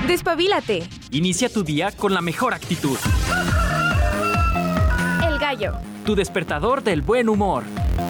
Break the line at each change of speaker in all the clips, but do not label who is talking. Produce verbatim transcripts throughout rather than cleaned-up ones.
¡Despabilate!
Inicia tu día con la mejor actitud.
El gallo.
Tu despertador del buen humor.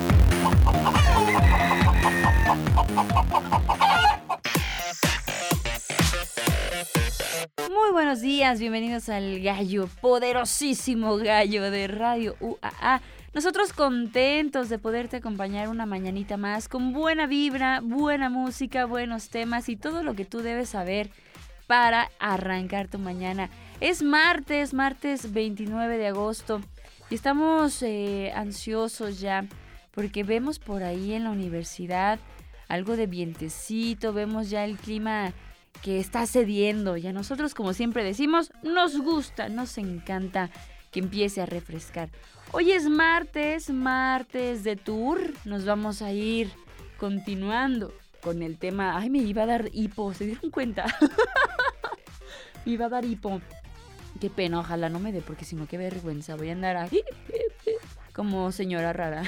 Muy buenos días, bienvenidos al gallo, poderosísimo gallo de Radio U A A. Nosotros contentos de poderte acompañar una mañanita más con buena vibra, buena música, buenos temas y todo lo que tú debes saber para arrancar tu mañana. Es martes, martes veintinueve de agosto y estamos eh, ansiosos ya porque vemos por ahí en la universidad algo de vientecito, vemos ya el clima que está cediendo y a nosotros, como siempre decimos, nos gusta, nos encanta que empiece a refrescar. Hoy es martes, martes de tour, nos vamos a ir continuando con el tema. Ay, me iba a dar hipo, ¿se dieron cuenta? Me iba a dar hipo. Qué pena, ojalá no me dé, porque si no, qué vergüenza, voy a andar ahí como señora rara.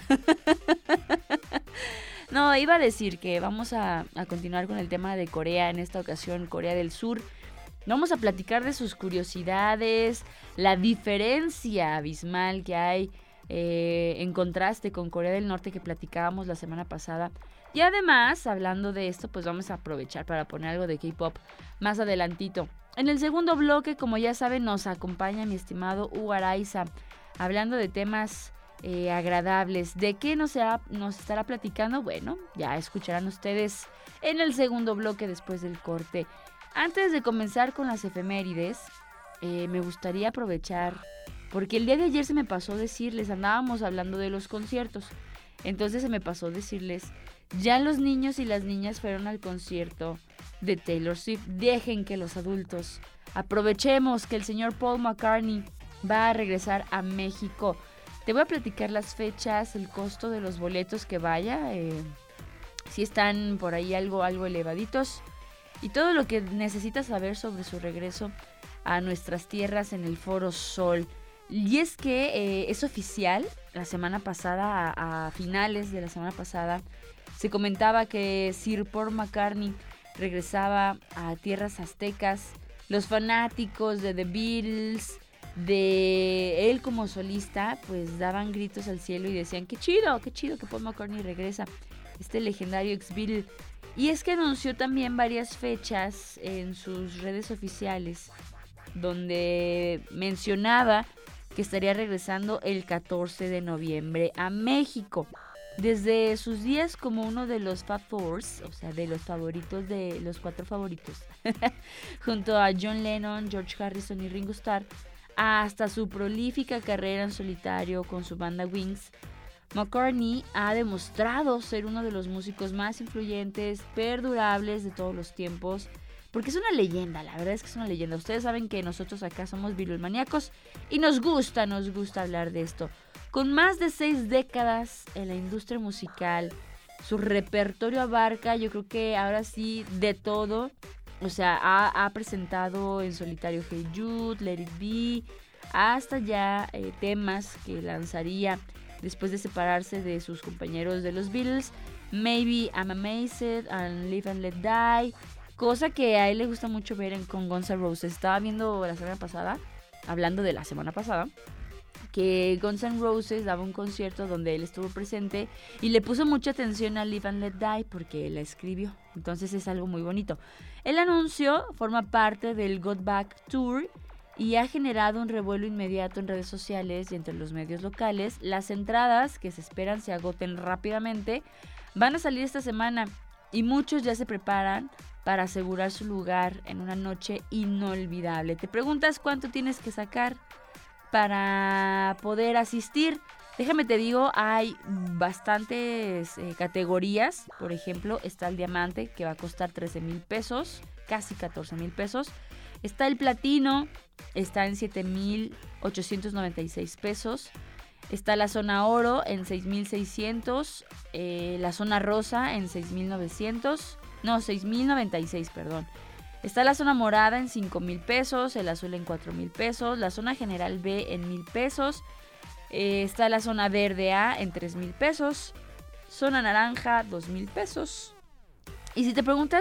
No, iba a decir que vamos a, a continuar con el tema de Corea, en esta ocasión Corea del Sur. Vamos a platicar de sus curiosidades, la diferencia abismal que hay eh, en contraste con Corea del Norte que platicábamos la semana pasada. Y además, hablando de esto, pues vamos a aprovechar para poner algo de K-pop más adelantito. En el segundo bloque, como ya saben, nos acompaña mi estimado Hugo Araiza, hablando de temas Eh, agradables. ¿De qué nos, será, nos estará platicando? Bueno, ya escucharán ustedes en el segundo bloque después del corte. Antes de comenzar con las efemérides, eh, me gustaría aprovechar, porque el día de ayer se me pasó decirles, andábamos hablando de los conciertos, entonces se me pasó decirles, ya los niños y las niñas fueron al concierto de Taylor Swift. Dejen que los adultos aprovechemos que el señor Paul McCartney va a regresar a México. Te voy a platicar las fechas, el costo de los boletos que vaya, eh, si están por ahí algo, algo elevaditos y todo lo que necesitas saber sobre su regreso a nuestras tierras en el Foro Sol. Y es que eh, es oficial, la semana pasada, a, a finales de la semana pasada, se comentaba que Sir Paul McCartney regresaba a tierras aztecas. Los fanáticos de The Beatles, de él como solista, pues daban gritos al cielo y decían, qué chido, qué chido que Paul McCartney regresa, este legendario ex-Beatle. Y es que anunció también varias fechas en sus redes oficiales, donde mencionaba que estaría regresando el catorce de noviembre a México. Desde sus días como uno de los Fab Fours, o sea, de los favoritos, de los cuatro favoritos, junto a John Lennon, George Harrison y Ringo Starr, hasta su prolífica carrera en solitario con su banda Wings, McCartney ha demostrado ser uno de los músicos más influyentes, perdurables de todos los tiempos, porque es una leyenda, la verdad es que es una leyenda. Ustedes saben que nosotros acá somos Beatlemaníacos y nos gusta, nos gusta hablar de esto. Con más de seis décadas en la industria musical, su repertorio abarca, yo creo que ahora sí, de todo. O sea, ha, ha presentado en solitario Hey Jude, Let It Be, hasta ya eh, temas que lanzaría después de separarse de sus compañeros de los Beatles, Maybe I'm Amazed and Live and Let Die, cosa que a él le gusta mucho ver en, con Guns N' Roses. Estaba viendo la semana pasada, hablando de la semana pasada, que Guns N' Roses daba un concierto donde él estuvo presente y le puso mucha atención a Live and Let Die porque él la escribió. Entonces es algo muy bonito. El anuncio forma parte del Got Back Tour y ha generado un revuelo inmediato en redes sociales y entre los medios locales. Las entradas, que se esperan se agoten rápidamente, van a salir esta semana y muchos ya se preparan para asegurar su lugar en una noche inolvidable. ¿Te preguntas cuánto tienes que sacar para poder asistir? Déjame te digo, hay bastantes eh, categorías. Por ejemplo, está el diamante, que va a costar trece mil pesos, casi catorce mil pesos. Está el platino, está en siete mil ochocientos noventa y seis pesos. Está la zona oro en seis mil seiscientos. Eh, la zona rosa en seis mil novecientos. No, seis mil noventa y seis, perdón. Está la zona morada en cinco mil pesos, el azul en cuatro mil pesos, la zona general B en mil pesos, eh, está la zona verde A en tres mil pesos, zona naranja dos mil pesos. Y si te preguntas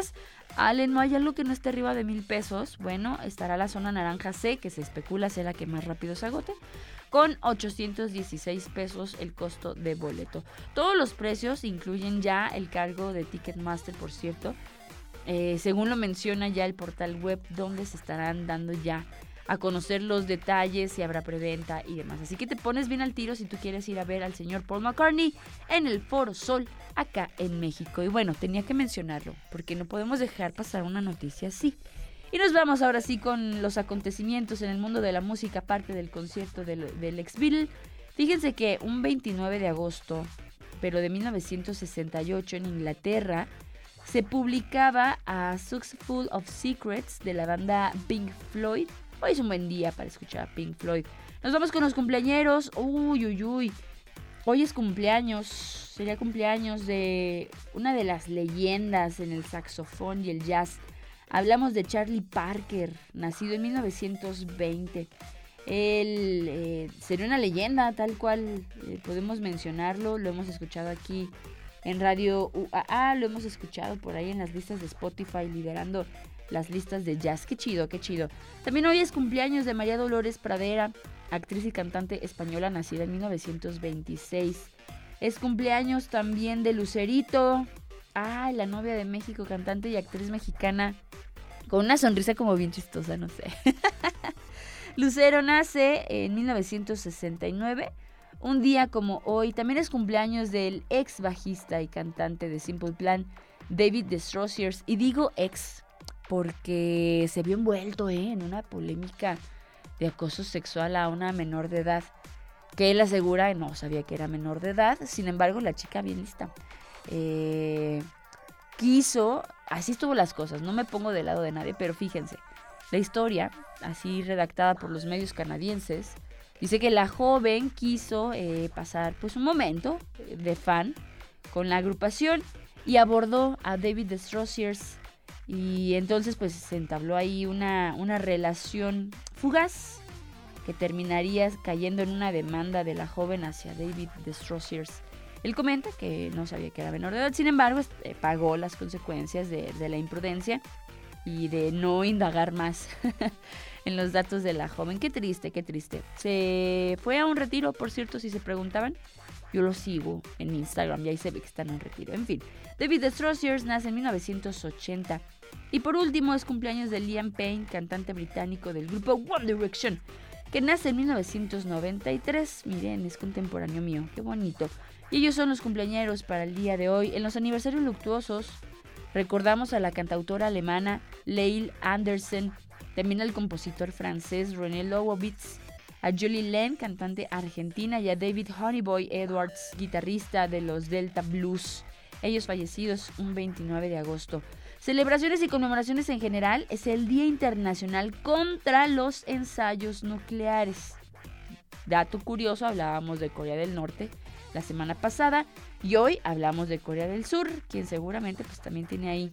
Ale, ¿no hay algo que no esté arriba de mil pesos? Bueno, estará la zona naranja C, que se especula sea la que más rápido se agote, con ochocientos dieciséis pesos el costo de boleto. Todos los precios incluyen ya el cargo de Ticketmaster, por cierto, eh, según lo menciona ya el portal web, donde se estarán dando ya a conocer los detalles, si habrá preventa y demás. Así que te pones bien al tiro si tú quieres ir a ver al señor Paul McCartney en el Foro Sol, acá en México. Y bueno, tenía que mencionarlo, porque no podemos dejar pasar una noticia así. Y nos vamos ahora sí con los acontecimientos en el mundo de la música, aparte del concierto del, del ex Beatle. Fíjense que un veintinueve de agosto, pero de mil novecientos sesenta y ocho en Inglaterra, se publicaba A Successful of Secrets de la banda Pink Floyd. Hoy es un buen día para escuchar a Pink Floyd. Nos vamos con los cumpleañeros. Uy, uy, uy. Hoy es cumpleaños, sería cumpleaños de una de las leyendas en el saxofón y el jazz. Hablamos de Charlie Parker, nacido en mil novecientos veinte. Él eh, sería una leyenda, tal cual eh, podemos mencionarlo. Lo hemos escuchado aquí en Radio U A A, lo hemos escuchado por ahí en las listas de Spotify, liderando las listas de jazz. Qué chido, qué chido. También hoy es cumpleaños de María Dolores Pradera, actriz y cantante española, nacida en mil novecientos veintiséis. Es cumpleaños también de Lucerito, ah, la novia de México, cantante y actriz mexicana, con una sonrisa como bien chistosa, no sé. Lucero nace en mil novecientos sesenta y nueve, un día como hoy. También es cumpleaños del ex bajista y cantante de Simple Plan, David Destroyers. Y digo ex porque se vio envuelto ¿eh? en una polémica de acoso sexual a una menor de edad, que él asegura no sabía que era menor de edad. Sin embargo, la chica bien lista eh, quiso, así estuvo las cosas, no me pongo del lado de nadie, pero fíjense, la historia, así redactada por los medios canadienses, dice que la joven quiso eh, pasar pues un momento de fan con la agrupación y abordó a David Destroyers. Y entonces pues se entabló ahí una, una relación fugaz que terminaría cayendo en una demanda de la joven hacia David Destroyers. Él comenta que no sabía que era menor de edad, sin embargo eh, pagó las consecuencias de, de la imprudencia y de no indagar más en los datos de la joven. Qué triste, qué triste. Se fue a un retiro, por cierto, si se preguntaban. Yo lo sigo en Instagram y ahí se ve que está en un retiro. En fin, David Destroyers nace en mil novecientos ochenta. Y por último es cumpleaños de Liam Payne, cantante británico del grupo One Direction, que nace en mil novecientos noventa y tres. Miren, es contemporáneo mío, qué bonito. Y ellos son los cumpleañeros para el día de hoy. En los aniversarios luctuosos recordamos a la cantautora alemana Leil Andersen, también al compositor francés René Lowowitz, a Julie Len, cantante argentina, y a David Honeyboy Edwards, guitarrista de los Delta Blues. Ellos fallecidos un veintinueve de agosto. Celebraciones y conmemoraciones en general, es el Día Internacional contra los Ensayos Nucleares. Dato curioso, hablábamos de Corea del Norte la semana pasada y hoy hablamos de Corea del Sur, quien seguramente pues también tiene ahí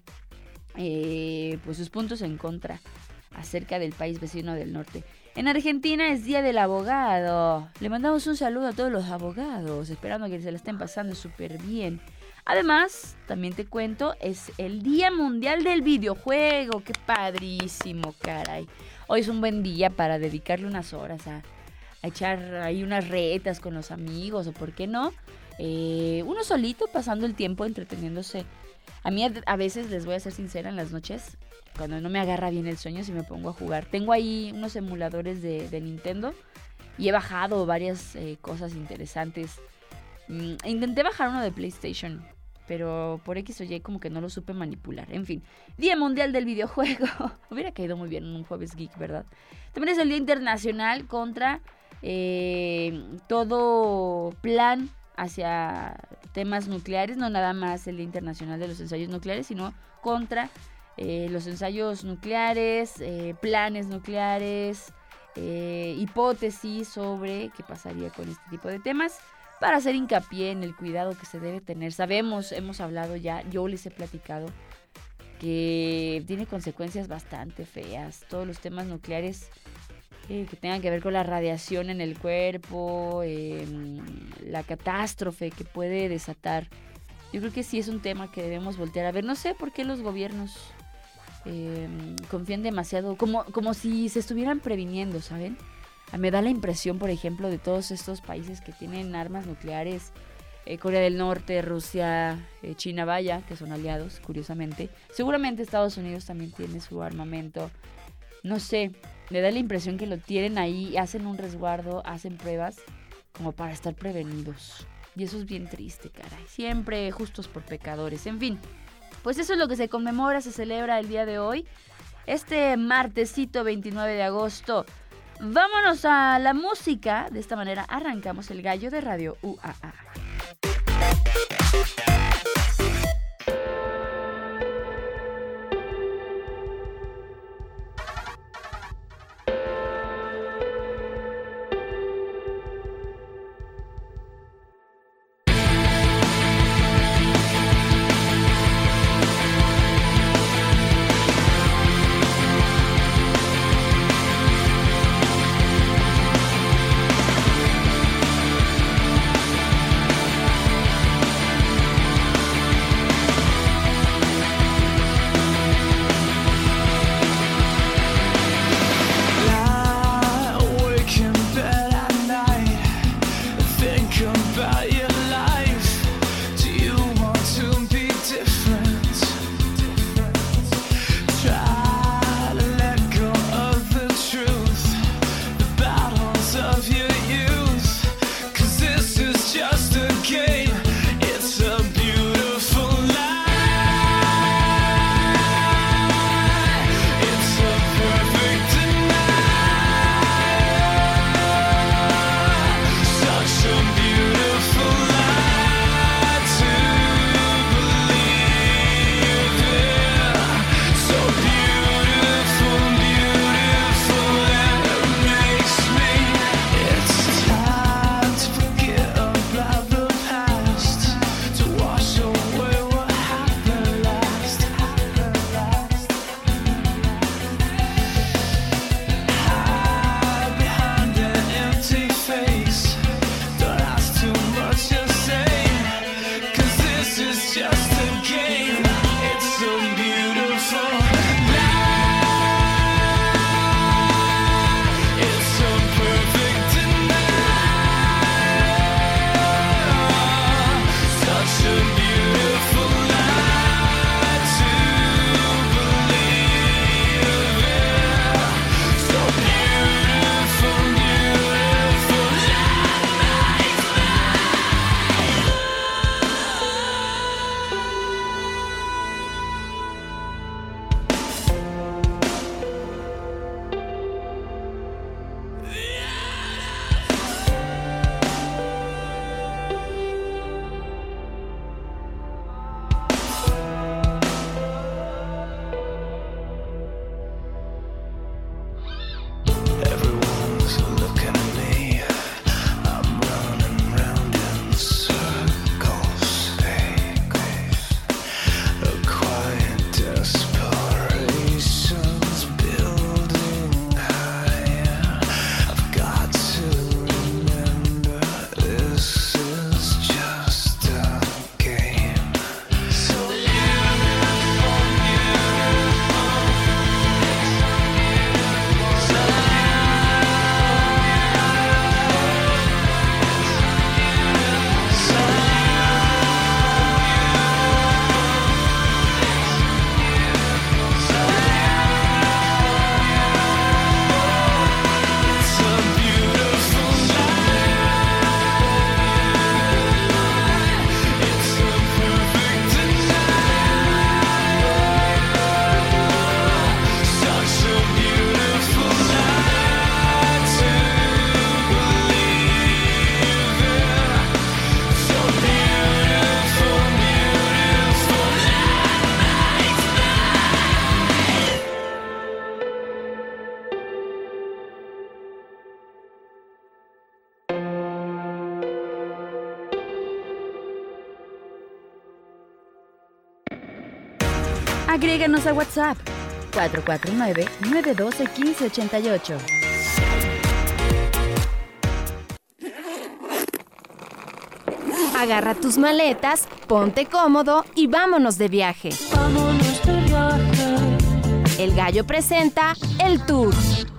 eh, pues sus puntos en contra acerca del país vecino del norte. En Argentina es Día del Abogado. Le mandamos un saludo a todos los abogados, esperando que se la estén pasando súper bien. Además, también te cuento, es el Día Mundial del Videojuego. ¡Qué padrísimo, caray! Hoy es un buen día para dedicarle unas horas a, a echar ahí unas retas con los amigos, o por qué no, eh, uno solito pasando el tiempo entreteniéndose. A mí a, a veces, les voy a ser sincera, en las noches, cuando no me agarra bien el sueño, si me pongo a jugar. Tengo ahí unos emuladores de, de Nintendo y he bajado varias eh, cosas interesantes. Mm, intenté bajar uno de PlayStation, pero por X o Y como que no lo supe manipular. En fin, Día Mundial del Videojuego. Hubiera caído muy bien en un jueves geek, ¿verdad? También es el Día Internacional contra eh, todo plan hacia temas nucleares. No nada más el Día Internacional de los Ensayos Nucleares, sino contra eh, los ensayos nucleares, eh, planes nucleares, eh, hipótesis sobre qué pasaría con este tipo de temas, para hacer hincapié en el cuidado que se debe tener. Sabemos, hemos hablado ya, yo les he platicado que tiene consecuencias bastante feas. Todos los temas nucleares eh, que tengan que ver con la radiación en el cuerpo, eh, la catástrofe que puede desatar. Yo creo que sí es un tema que debemos voltear a ver. No sé por qué los gobiernos eh, confían demasiado, como, como si se estuvieran previniendo, ¿saben? Me da la impresión, por ejemplo, de todos estos países que tienen armas nucleares, eh, Corea del Norte, Rusia, eh, China, vaya, que son aliados, curiosamente. Seguramente Estados Unidos también tiene su armamento. No sé, me da la impresión que lo tienen ahí, hacen un resguardo, hacen pruebas como para estar prevenidos. Y eso es bien triste, caray. Siempre justos por pecadores. En fin, pues eso es lo que se conmemora, se celebra el día de hoy. Este martesito veintinueve de agosto. Vámonos a la música. De esta manera arrancamos el gallo de Radio U A A. Agréganos a WhatsApp cuatro cuatro nueve, nueve uno dos, uno cinco ocho ocho.
Agarra tus maletas, ponte cómodo y vámonos de viaje.
Vámonos de viaje
El Gallo presenta el tour.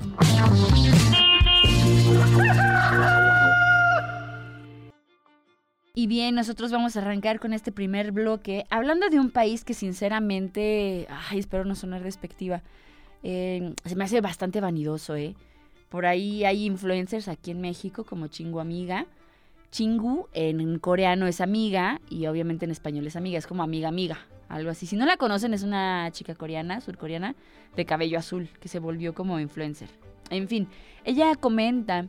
Y bien, nosotros vamos a arrancar con este primer bloque hablando de un país que sinceramente, ay, espero no sonar despectiva, eh, se me hace bastante vanidoso, ¿eh? Por ahí hay influencers aquí en México como Chingu Amiga. Chingu en coreano es amiga y obviamente en español es amiga, es como amiga amiga, algo así. Si no la conocen, es una chica coreana, surcoreana, de cabello azul, que se volvió como influencer. En fin, ella comenta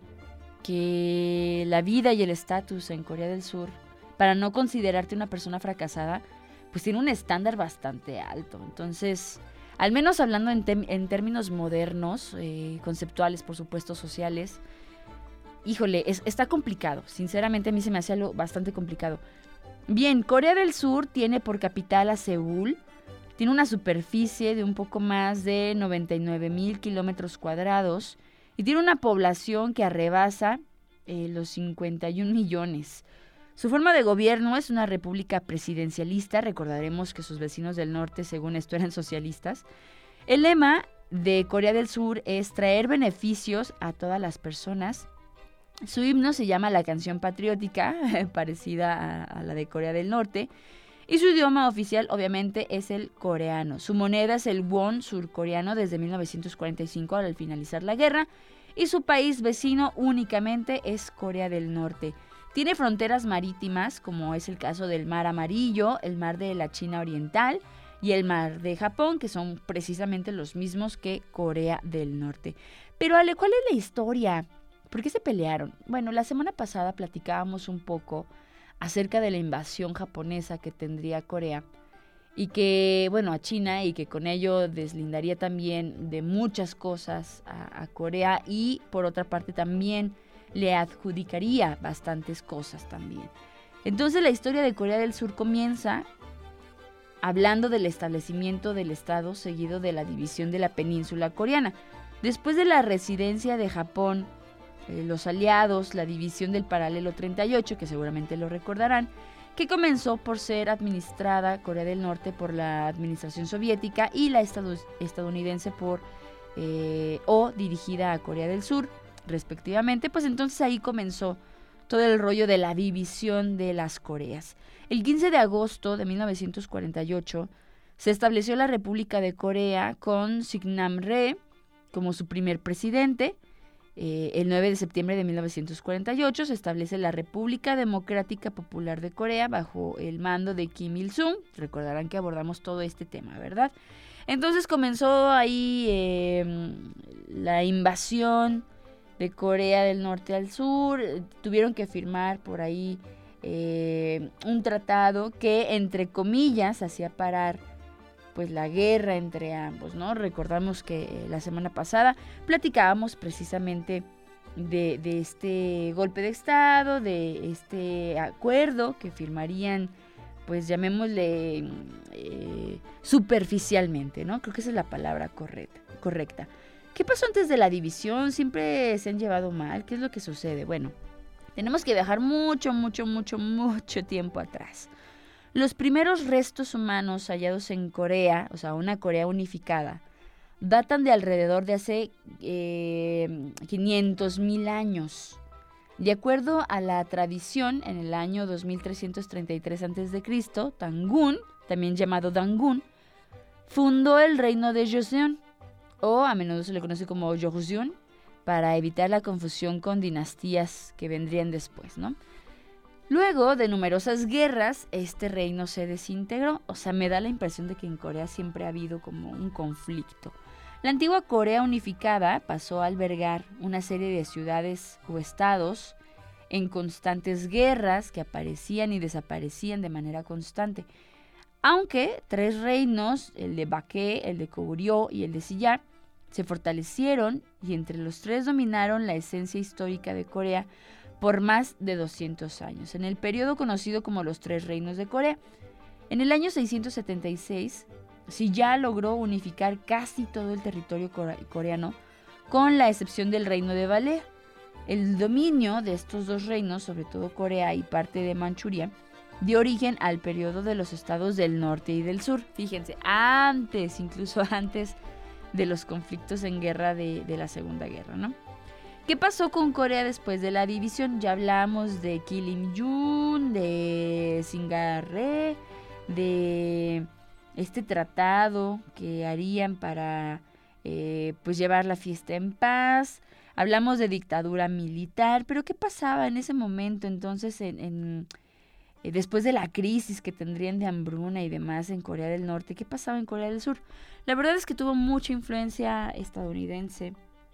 que la vida y el estatus en Corea del Sur, para no considerarte una persona fracasada, pues tiene un estándar bastante alto. Entonces, al menos hablando en, tem- en términos modernos, eh, conceptuales, por supuesto, sociales, híjole, es, está complicado. Sinceramente, a mí se me hace algo bastante complicado. Bien, Corea del Sur tiene por capital a Seúl, tiene una superficie de un poco más de noventa y nueve mil kilómetros cuadrados y tiene una población que arrebasa eh, los cincuenta y un millones. Su forma de gobierno es una república presidencialista. Recordaremos que sus vecinos del norte, según esto, eran socialistas. El lema de Corea del Sur es traer beneficios a todas las personas. Su himno se llama la canción patriótica, parecida a, a la de Corea del Norte. Y su idioma oficial, obviamente, es el coreano. Su moneda es el won surcoreano desde mil novecientos cuarenta y cinco, al finalizar la guerra. Y su país vecino únicamente es Corea del Norte. Tiene fronteras marítimas, como es el caso del Mar Amarillo, el Mar de la China Oriental y el Mar de Japón, que son precisamente los mismos que Corea del Norte. Pero Ale, ¿cuál es la historia? ¿Por qué se pelearon? Bueno, la semana pasada platicábamos un poco acerca de la invasión japonesa que tendría Corea y que, bueno, a China, y que con ello deslindaría también de muchas cosas a, a Corea, y por otra parte también le adjudicaría bastantes cosas también. Entonces la historia de Corea del Sur comienza hablando del establecimiento del Estado, seguido de la división de la península coreana. Después de la residencia de Japón, eh, los aliados, la división del paralelo treinta y ocho, que seguramente lo recordarán, que comenzó por ser administrada Corea del Norte por la administración soviética y la estadu- estadounidense por eh, o dirigida a Corea del Sur, respectivamente. Pues entonces ahí comenzó todo el rollo de la división de las Coreas. El quince de agosto de mil novecientos cuarenta y ocho se estableció la República de Corea con Signam-Rhee como su primer presidente. Eh, el nueve de septiembre de mil novecientos cuarenta y ocho se establece la República Democrática Popular de Corea bajo el mando de Kim Il-sung. Recordarán que abordamos todo este tema, ¿verdad? Entonces comenzó ahí eh, la invasión de Corea del Norte al sur. Tuvieron que firmar por ahí eh, un tratado que, entre comillas, hacía parar pues la guerra entre ambos, ¿no? Recordamos que la semana pasada platicábamos precisamente de, de este golpe de estado, de este acuerdo que firmarían, pues llamémosle eh, superficialmente, ¿no? Creo que esa es la palabra correcta, correcta. ¿Qué pasó antes de la división? ¿Siempre se han llevado mal? ¿Qué es lo que sucede? Bueno, tenemos que viajar mucho, mucho, mucho, mucho tiempo atrás. Los primeros restos humanos hallados en Corea, o sea, una Corea unificada, datan de alrededor de hace eh, quinientos mil años. De acuerdo a la tradición, en el año dos mil trescientos treinta y tres antes de Cristo, Tangun, también llamado Dangun, fundó el reino de Joseon, o a menudo se le conoce como Joseon, para evitar la confusión con dinastías que vendrían después, ¿no? Luego de numerosas guerras, este reino se desintegró. O sea, me da la impresión de que en Corea siempre ha habido como un conflicto. La antigua Corea unificada pasó a albergar una serie de ciudades o estados en constantes guerras que aparecían y desaparecían de manera constante. Aunque tres reinos, el de Baekje, el de Goguryeo y el de Silla, se fortalecieron y entre los tres dominaron la esencia histórica de Corea por más de doscientos años, en el periodo conocido como los Tres Reinos de Corea. En el año seiscientos setenta y seis, Silla logró unificar casi todo el territorio coreano, con la excepción del reino de Balea. El dominio de estos dos reinos, sobre todo Corea y parte de Manchuria, dio origen al periodo de los estados del norte y del sur. Fíjense, antes, incluso antes de los conflictos en guerra de, de la Segunda Guerra, ¿no? ¿Qué pasó con Corea después de la división? Ya hablamos de Kim Il-jung, de Singarre, de este tratado que harían para eh, pues llevar la fiesta en paz. Hablamos de dictadura militar, pero ¿qué pasaba en ese momento entonces en, en eh, después de la crisis que tendrían de hambruna y demás en Corea del Norte? ¿Qué pasaba en Corea del Sur? La verdad es que tuvo mucha influencia estadounidense.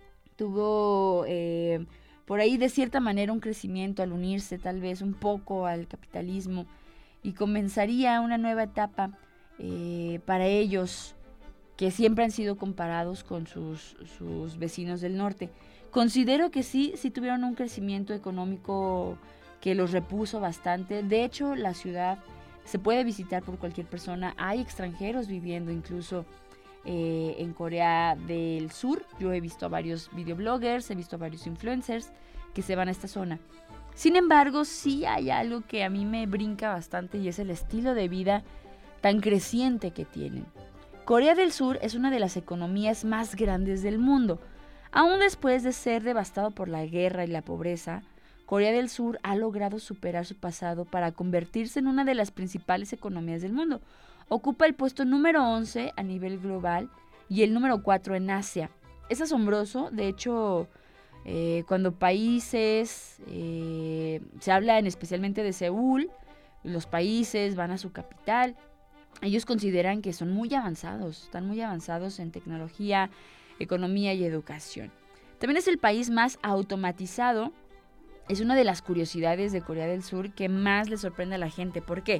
Tuvo eh, por ahí de cierta manera un crecimiento al unirse tal vez un poco al capitalismo y comenzaría una nueva etapa eh, para ellos que siempre han sido comparados con sus, sus vecinos del norte. Considero que sí, sí tuvieron un crecimiento económico que los repuso bastante. De hecho, la ciudad se puede visitar por cualquier persona. Hay extranjeros viviendo incluso Eh, en Corea del Sur. Yo he visto a varios videobloggers, he visto a varios influencers que se van a esta zona. Sin embargo, sí hay algo que a mí me brinca bastante y es el estilo de vida tan creciente que tienen. Corea del Sur es una de las economías más grandes del mundo. Aún después de ser devastado por la guerra y la pobreza, Corea del Sur ha logrado superar su pasado para convertirse en una de las principales economías del mundo. Ocupa el puesto número once a nivel global y el número cuatro en Asia. Es asombroso, de hecho, eh, cuando países, eh, se habla en especialmente de Seúl, los países van a su capital, ellos consideran que son muy avanzados, están muy avanzados en tecnología, economía y educación. También es el país más automatizado, es una de las curiosidades de Corea del Sur que más le sorprende a la gente. ¿Por qué?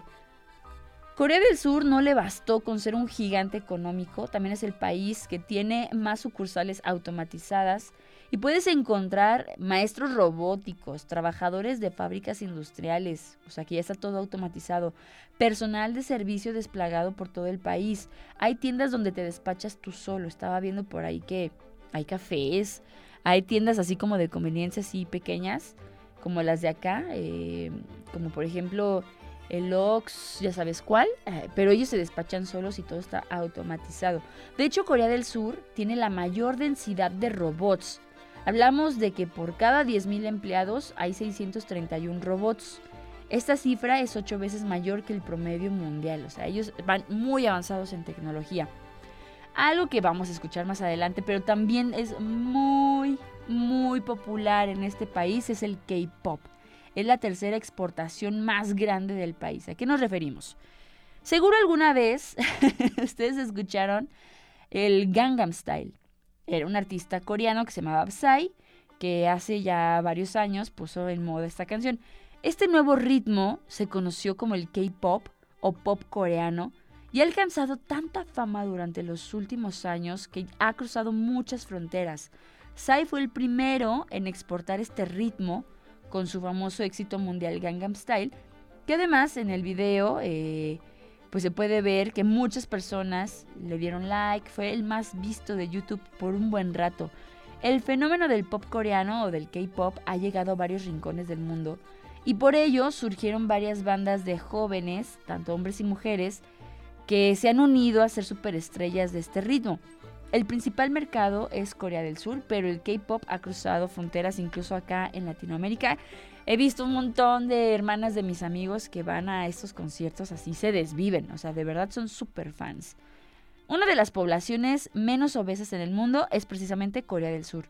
Corea del Sur no le bastó con ser un gigante económico, también es el país que tiene más sucursales automatizadas y puedes encontrar maestros robóticos, trabajadores de fábricas industriales, o sea que ya está todo automatizado, personal de servicio desplegado por todo el país. Hay tiendas donde te despachas tú solo, estaba viendo por ahí que hay cafés, hay tiendas así como de conveniencia así pequeñas, como las de acá, eh, como por ejemplo el Ox, ya sabes cuál, eh, pero ellos se despachan solos y todo está automatizado. De hecho, Corea del Sur tiene la mayor densidad de robots. Hablamos de que por cada diez mil empleados hay seiscientos treinta y uno robots. Esta cifra es ocho veces mayor que el promedio mundial, o sea, ellos van muy avanzados en tecnología. Algo que vamos a escuchar más adelante, pero también es muy, muy popular en este país, es el K-pop. Es la tercera exportación más grande del país. ¿A qué nos referimos? Seguro alguna vez ustedes escucharon el Gangnam Style. Era un artista coreano que se llamaba Psy, que hace ya varios años puso en moda esta canción. Este nuevo ritmo se conoció como el K-pop o pop coreano y ha alcanzado tanta fama durante los últimos años que ha cruzado muchas fronteras. Psy fue el primero en exportar este ritmo con su famoso éxito mundial Gangnam Style, que además en el video eh, pues se puede ver que muchas personas le dieron like, fue el más visto de YouTube por un buen rato. El fenómeno del pop coreano o del K-pop ha llegado a varios rincones del mundo y por ello surgieron varias bandas de jóvenes, tanto hombres y mujeres, que se han unido a ser superestrellas de este ritmo. El principal mercado es Corea del Sur, pero el K-pop ha cruzado fronteras incluso acá en Latinoamérica. He visto un montón de hermanas de mis amigos que van a estos conciertos, así se desviven, o sea, de verdad son súper fans. Una de las poblaciones menos obesas en el mundo es precisamente Corea del Sur.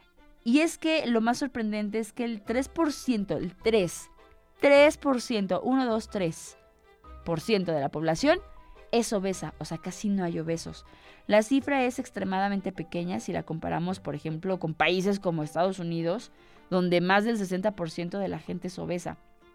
Y es que lo más sorprendente es que el tres por ciento, el tres, tres por ciento, uno, dos, tres por ciento de la población es obesa, o sea, casi no hay obesos. La cifra es extremadamente pequeña si la comparamos, por ejemplo, con países como Estados Unidos, donde más del sesenta por ciento de la gente es obesa.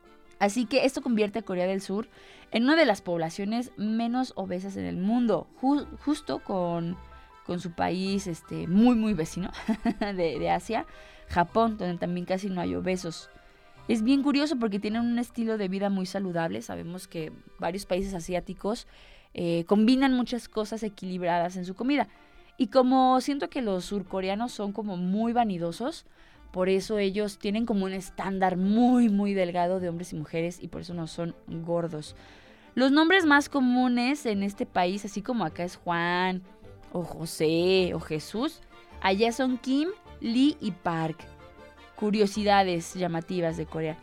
Así que esto convierte a Corea del Sur en una de las poblaciones menos obesas en el mundo, ju- justo con, con su país este, muy, muy vecino de, de Asia, Japón, donde también casi no hay obesos. Es bien curioso porque tienen un estilo de vida muy saludable. Sabemos que varios países asiáticos Eh, combinan muchas cosas equilibradas en su comida. Y como siento que los surcoreanos son como muy vanidosos, por eso ellos tienen como un estándar muy, muy delgado de hombres y mujeres y por eso no son gordos. Los nombres más comunes en este país, así como acá es Juan, o José o Jesús, allá son Kim, Lee y Park. Curiosidades llamativas de Corea.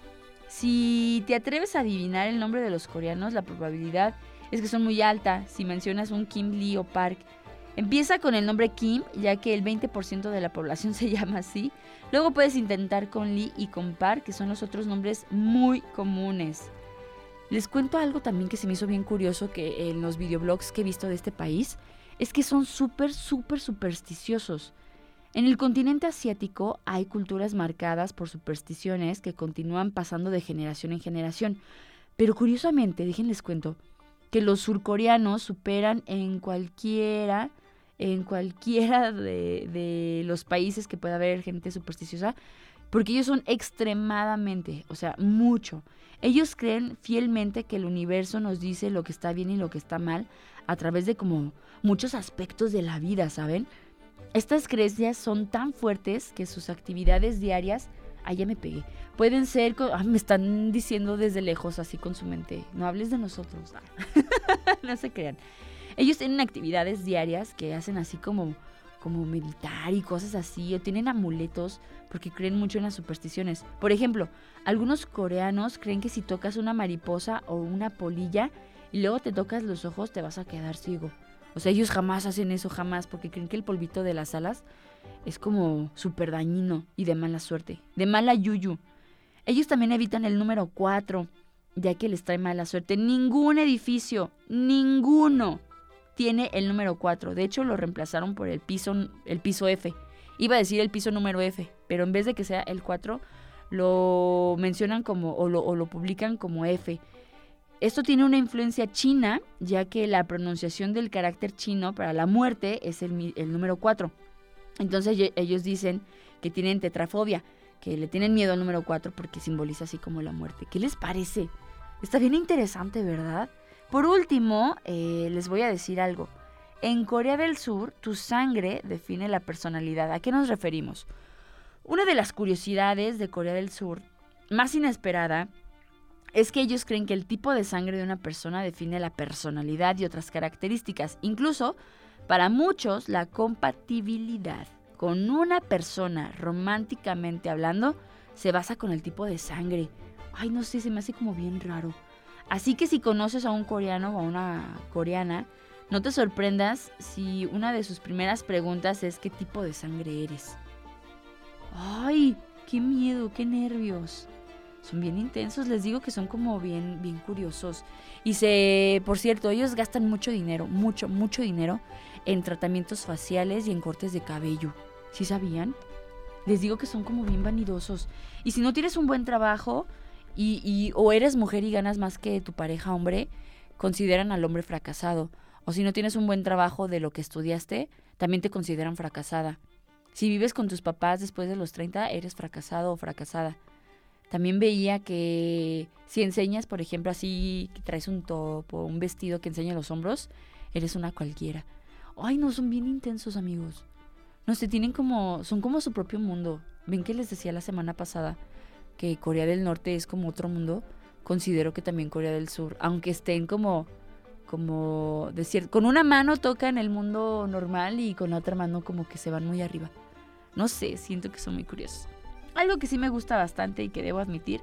Si te atreves a adivinar el nombre de los coreanos, la probabilidad es que son muy alta si mencionas un Kim, Lee o Park. Empieza con el nombre Kim, ya que el veinte por ciento de la población se llama así. Luego puedes intentar con Lee y con Park, que son los otros nombres muy comunes. Les cuento algo también que se me hizo bien curioso, que en los videoblogs que he visto de este país, es que son súper, súper supersticiosos. En el continente asiático hay culturas marcadas por supersticiones que continúan pasando de generación en generación. Pero curiosamente, déjenles cuento, que los surcoreanos superan en cualquiera, en cualquiera de, de los países que pueda haber gente supersticiosa, porque ellos son extremadamente, o sea, mucho. Ellos creen fielmente que el universo nos dice lo que está bien y lo que está mal a través de como muchos aspectos de la vida, ¿saben? Estas creencias son tan fuertes que sus actividades diarias, ah, ya me pegué, pueden ser, ah, me están diciendo desde lejos así con su mente, no hables de nosotros, ah. No se crean. Ellos tienen actividades diarias que hacen así como, como meditar y cosas así, o tienen amuletos porque creen mucho en las supersticiones. Por ejemplo, algunos coreanos creen que si tocas una mariposa o una polilla y luego te tocas los ojos te vas a quedar ciego. O sea, ellos jamás hacen eso, jamás, porque creen que el polvito de las alas es como súper dañino y de mala suerte, de mala yuyu. Ellos también evitan el número cuatro, ya que les trae mala suerte. Ningún edificio, ninguno, tiene el número cuatro. De hecho, lo reemplazaron por el piso, el piso F. Iba a decir el piso número F, pero en vez de que sea el cuatro, lo mencionan como, o lo, o lo publican como F. Esto tiene una influencia china, ya que la pronunciación del carácter chino para la muerte es el, el número cuatro. Entonces ellos dicen que tienen tetrafobia, que le tienen miedo al número cuatro porque simboliza así como la muerte. ¿Qué les parece? Está bien interesante, ¿verdad? Por último, eh, les voy a decir algo. En Corea del Sur, tu sangre define la personalidad. ¿A qué nos referimos? Una de las curiosidades de Corea del Sur, más inesperada, es que ellos creen que el tipo de sangre de una persona define la personalidad y otras características. Incluso, para muchos, la compatibilidad con una persona, románticamente hablando, se basa con el tipo de sangre. Ay, no sé, se me hace como bien raro. Así que si conoces a un coreano o a una coreana, no te sorprendas si una de sus primeras preguntas es ¿qué tipo de sangre eres? Ay, qué miedo, qué nervios. Son bien intensos, les digo que son como bien, bien curiosos. Y se, por cierto, ellos gastan mucho dinero, mucho, mucho dinero en tratamientos faciales y en cortes de cabello. ¿Sí sabían? Les digo que son como bien vanidosos. Y si no tienes un buen trabajo y, y o eres mujer y ganas más que tu pareja hombre, consideran al hombre fracasado. O si no tienes un buen trabajo de lo que estudiaste, también te consideran fracasada. Si vives con tus papás después de los treinta, eres fracasado o fracasada. También veía que si enseñas, por ejemplo, así que traes un top o un vestido que enseña los hombros, eres una cualquiera. Ay, no, son bien intensos, amigos. No sé, tienen como, son como su propio mundo. Ven que les decía la semana pasada que Corea del Norte es como otro mundo. Considero que también Corea del Sur, aunque estén como, como decir, con una mano tocan el mundo normal y con la otra mano como que se van muy arriba. No sé, siento que son muy curiosos. Algo que sí me gusta bastante y que debo admitir,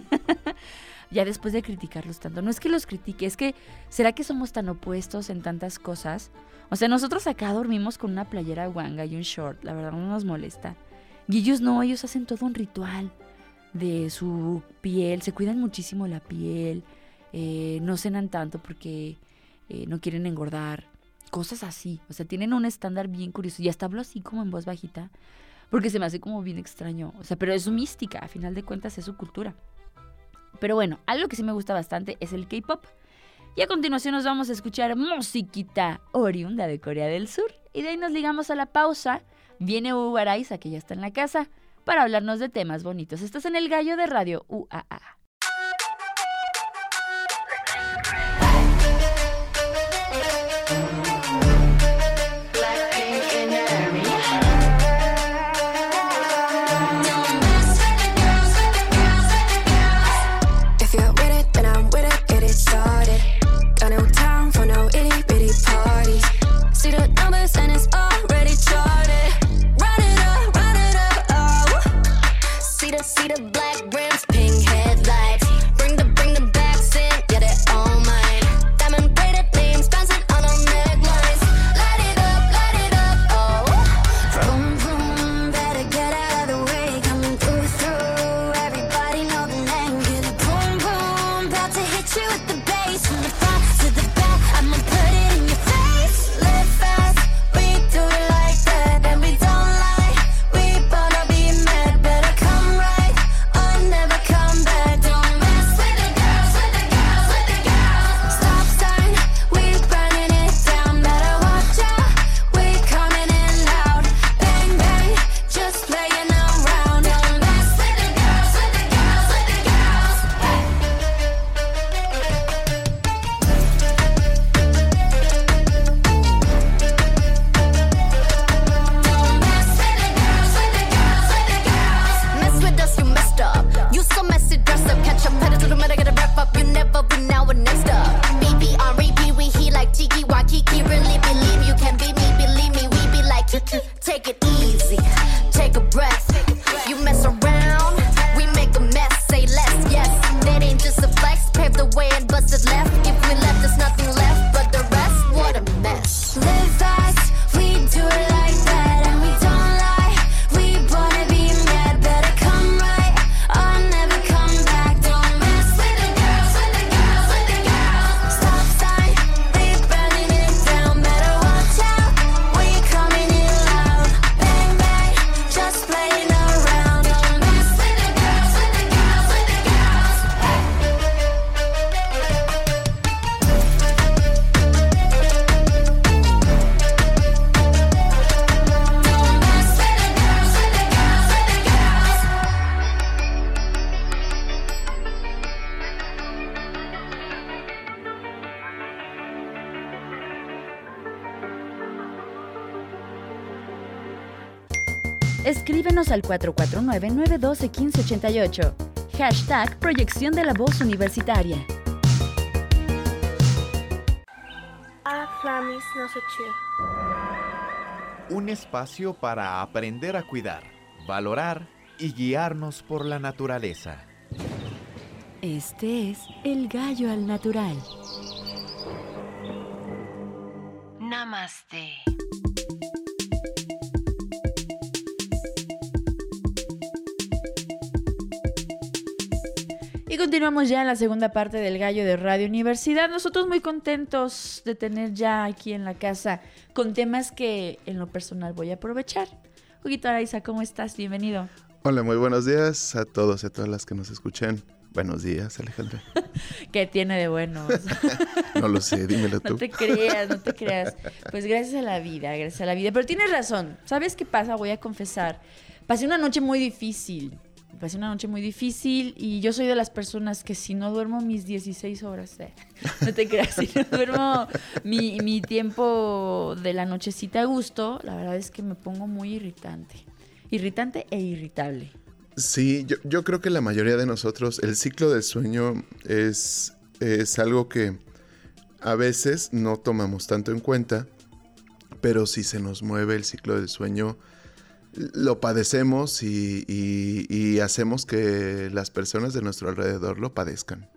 ya después de criticarlos tanto, no es que los critique, es que ¿será que somos tan opuestos en tantas cosas? O sea, nosotros acá dormimos con una playera guanga y un short, la verdad no nos molesta. Y ellos no, ellos hacen todo un ritual de su piel, se cuidan muchísimo la piel, eh, no cenan tanto porque eh, no quieren engordar, cosas así. O sea, tienen un estándar bien curioso y hasta hablo así como en voz bajita, porque se me hace como bien extraño. O sea, pero es su mística, a final de cuentas es su cultura. Pero bueno, algo que sí me gusta bastante es el K-pop. Y a continuación nos vamos a escuchar musiquita oriunda de Corea del Sur. Y de ahí nos ligamos a la pausa. Viene Hugo Araiza, que ya está en la casa, para hablarnos de temas bonitos. Estás en El Gallo de Radio U A A.
See the numbers and
Escríbenos al cuatro cuatro nueve, nueve uno dos, uno cinco ocho ocho. Hashtag Proyección de la Voz Universitaria.
Un espacio para aprender a cuidar, valorar y guiarnos por la naturaleza.
Este es El Gallo al Natural.
Namaste.
Y continuamos ya en la segunda parte del Gallo de Radio Universidad. Nosotros muy contentos de tener ya aquí en la casa con temas que en lo personal voy a aprovechar. Huguito Araiza, ¿cómo estás? Bienvenido.
Hola, muy buenos días a todos y a todas las que nos escuchan. Buenos días, Alejandra.
¿Qué tiene de buenos?
No lo sé, dímelo tú.
No te creas, no te creas. Pues gracias a la vida, gracias a la vida. Pero tienes razón. ¿Sabes qué pasa? Voy a confesar. Pasé una noche muy difícil. Pasé una noche muy difícil y yo soy de las personas que si no duermo mis dieciséis horas, eh, no te creas, si no duermo mi, mi tiempo de la nochecita a gusto, la verdad es que me pongo muy irritante. Irritante e irritable.
Sí, yo, yo creo que la mayoría de nosotros, el ciclo del sueño es, es algo que a veces no tomamos tanto en cuenta, pero si se nos mueve el ciclo del sueño, lo padecemos y, y, y hacemos que las personas de nuestro alrededor lo padezcan.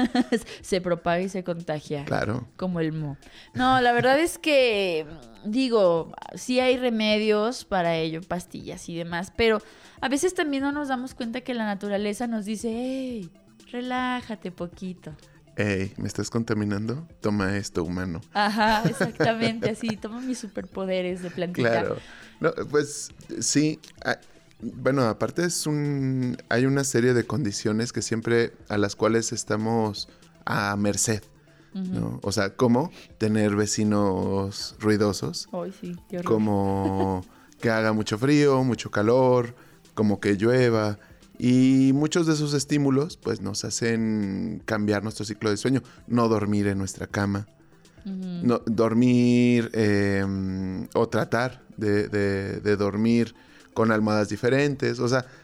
Se propaga y se contagia.
Claro.
Como el mo. No, la verdad es que, digo, sí hay remedios para ello, pastillas y demás, pero a veces también no nos damos cuenta que la naturaleza nos dice, hey, relájate poquito.
Hey, ¿me estás contaminando? Toma esto, humano.
Ajá, exactamente así. Toma mis superpoderes de plantita.
Claro. No, pues sí. Ah, bueno, aparte es un, hay una serie de condiciones que siempre a las cuales estamos a merced, uh-huh. ¿no? O sea, como tener vecinos ruidosos.
Ay, sí, qué horror.
Como que haga mucho frío, mucho calor, como que llueva. Y muchos de esos estímulos pues nos hacen cambiar nuestro ciclo de sueño. No dormir en nuestra cama. Uh-huh. No, dormir eh, o tratar de, de, de dormir con almohadas diferentes. O sea,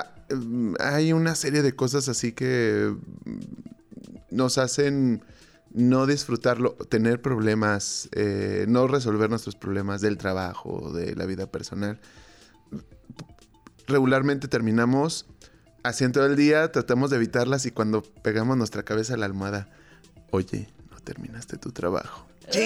hay una serie de cosas así que nos hacen no disfrutarlo, tener problemas, eh, no resolver nuestros problemas del trabajo, de la vida personal. Regularmente terminamos haciendo todo el día, tratamos de evitarlas y cuando pegamos nuestra cabeza a la almohada, oye, no terminaste tu trabajo.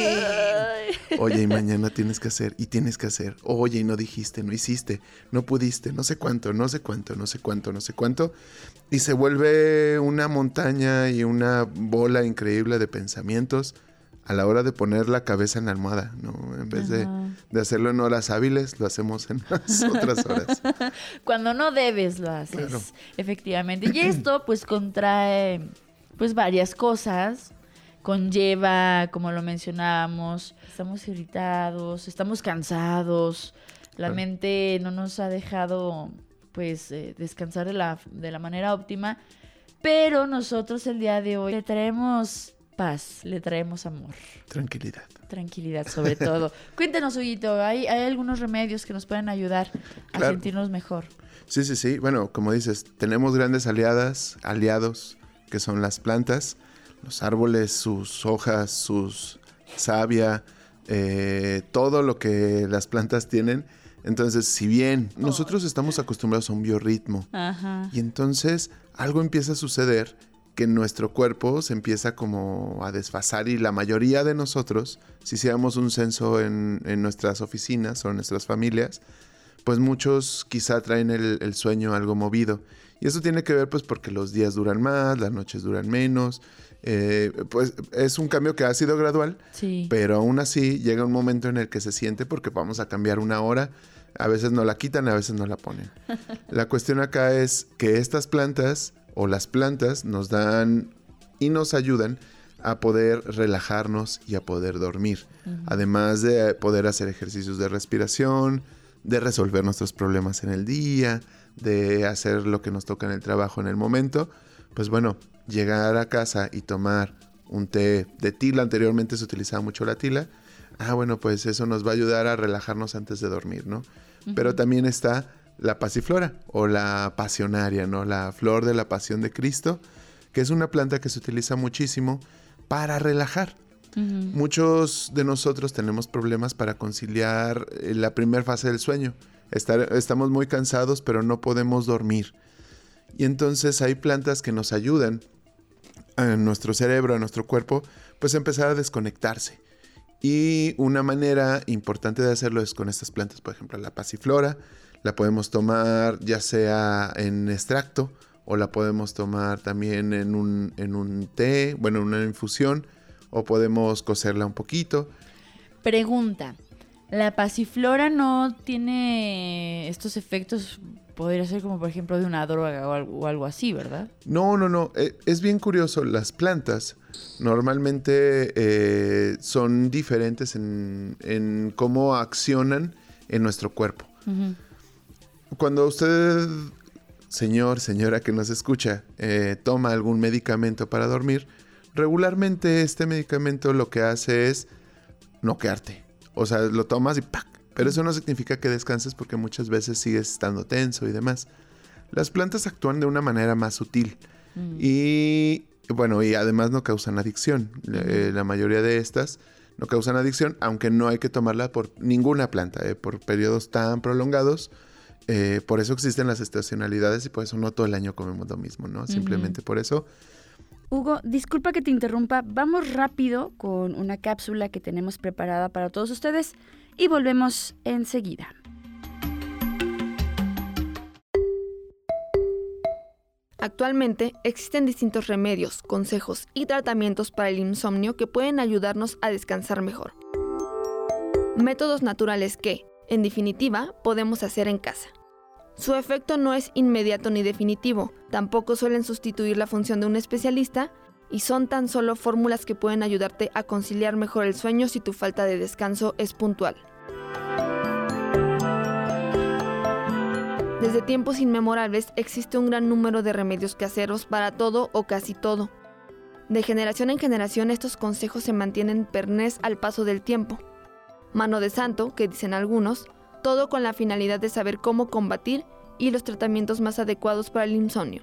Oye, y mañana tienes que hacer, y tienes que hacer. Oye, y no dijiste, no hiciste, no pudiste, no sé cuánto, no sé cuánto, no sé cuánto, no sé cuánto. Y se vuelve una montaña y una bola increíble de pensamientos a la hora de poner la cabeza en la almohada, ¿no? En vez de, de hacerlo en horas hábiles, lo hacemos en las otras horas.
Cuando no debes, lo haces,
claro.
Efectivamente. Y esto, pues, contrae, pues, varias cosas. Conlleva, como lo mencionábamos, estamos irritados, estamos cansados, la claro. mente no nos ha dejado, pues, eh, descansar de la, de la manera óptima, pero nosotros el día de hoy le traemos paz, le traemos amor.
Tranquilidad.
Tranquilidad, sobre todo. Cuéntanos, Huguito, ¿hay, ¿hay algunos remedios que nos pueden ayudar a claro. sentirnos mejor?
Sí, sí, sí. Bueno, como dices, tenemos grandes aliadas, aliados, que son las plantas, los árboles, sus hojas, sus savia, eh, todo lo que las plantas tienen. Entonces, si bien oh. nosotros estamos acostumbrados a un biorritmo,
Ajá.
y entonces algo empieza a suceder que nuestro cuerpo se empieza como a desfasar y la mayoría de nosotros, si hiciéramos un censo en, en nuestras oficinas o en nuestras familias, pues muchos quizá traen el, el sueño algo movido. Y eso tiene que ver pues porque los días duran más, las noches duran menos. Eh, pues es un cambio que ha sido gradual,
sí.
pero aún así llega un momento en el que se siente porque vamos a cambiar una hora. A veces no la quitan, a veces no la ponen. La cuestión acá es que estas plantas o las plantas nos dan y nos ayudan a poder relajarnos y a poder dormir. Uh-huh. Además de poder hacer ejercicios de respiración, de resolver nuestros problemas en el día, de hacer lo que nos toca en el trabajo en el momento. Pues bueno, llegar a casa y tomar un té de tila, anteriormente se utilizaba mucho la tila. Ah, bueno, pues eso nos va a ayudar a relajarnos antes de dormir, ¿no? Uh-huh. Pero también está la pasiflora o la pasionaria, ¿no? La flor de la pasión de Cristo, que es una planta que se utiliza muchísimo para relajar. Uh-huh. Muchos de nosotros tenemos problemas para conciliar la primera fase del sueño. Estar, estamos muy cansados, pero no podemos dormir. Y entonces hay plantas que nos ayudan a nuestro cerebro, a nuestro cuerpo, pues a empezar a desconectarse. Y una manera importante de hacerlo es con estas plantas, por ejemplo, la pasiflora. La podemos tomar ya sea en extracto o la podemos tomar también en un, en un té, bueno, en una infusión, o podemos cocerla un poquito.
Pregunta, ¿la pasiflora no tiene estos efectos, podría ser como por ejemplo de una droga o algo, o algo así, verdad?
No, no, no, eh, es bien curioso, las plantas normalmente eh, son diferentes en, en cómo accionan en nuestro cuerpo. Uh-huh. Cuando usted, señor, señora que nos escucha, eh, toma algún medicamento para dormir, regularmente este medicamento lo que hace es noquearte. O sea, lo tomas y ¡pac! Pero eso no significa que descanses porque muchas veces sigues estando tenso y demás. Las plantas actúan de una manera más sutil. Mm. Y bueno, y además no causan adicción. Mm. Eh, la mayoría de estas no causan adicción, aunque no hay que tomarla por ninguna planta, eh, por periodos tan prolongados. Eh, por eso existen las estacionalidades y por eso no todo el año comemos lo mismo, ¿no? Simplemente mm. por eso.
Hugo, disculpa que te interrumpa. Vamos rápido con una cápsula que tenemos preparada para todos ustedes y volvemos enseguida.
Actualmente existen distintos remedios, consejos y tratamientos para el insomnio que pueden ayudarnos a descansar mejor. Métodos naturales que, en definitiva, podemos hacer en casa. Su efecto no es inmediato ni definitivo, tampoco suelen sustituir la función de un especialista y son tan solo fórmulas que pueden ayudarte a conciliar mejor el sueño si tu falta de descanso es puntual. Desde tiempos inmemorables existe un gran número de remedios caseros para todo o casi todo. De generación en generación estos consejos se mantienen perennés al paso del tiempo. Mano de santo, que dicen algunos, todo con la finalidad de saber cómo combatir y los tratamientos más adecuados para el insomnio.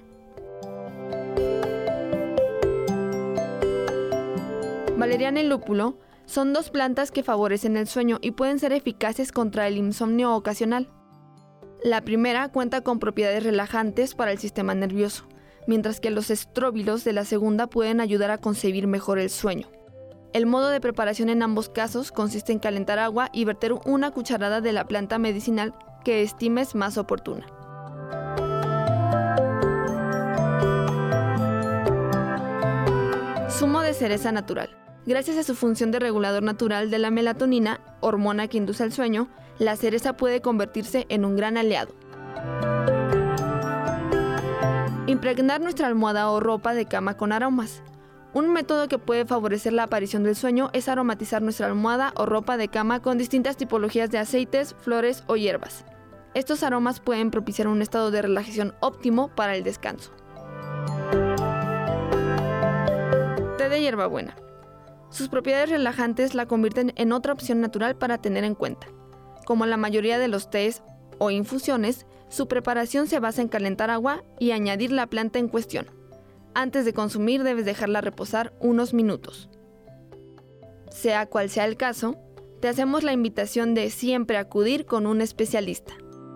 Valeriana y lúpulo son dos plantas que favorecen el sueño y pueden ser eficaces contra el insomnio ocasional. La primera cuenta con propiedades relajantes para el sistema nervioso, mientras que los estróbilos de la segunda pueden ayudar a concebir mejor el sueño. El modo de preparación en ambos casos consiste en calentar agua y verter una cucharada de la planta medicinal que estimes más oportuna. Zumo de cereza natural. Gracias a su función de regulador natural de la melatonina, hormona que induce al sueño, la cereza puede convertirse en un gran aliado. Impregnar nuestra almohada o ropa de cama con aromas. Un método que puede favorecer la aparición del sueño es aromatizar nuestra almohada o ropa de cama con distintas tipologías de aceites, flores o hierbas. Estos aromas pueden propiciar un estado de relajación óptimo para el descanso. Té de hierbabuena. Sus propiedades relajantes la convierten en otra opción natural para tener en cuenta. Como la mayoría de los tés o infusiones, su preparación se basa en calentar agua y añadir la planta en cuestión. Antes de consumir debes dejarla reposar unos minutos. Sea cual sea el caso, te hacemos la invitación de siempre acudir con un especialista.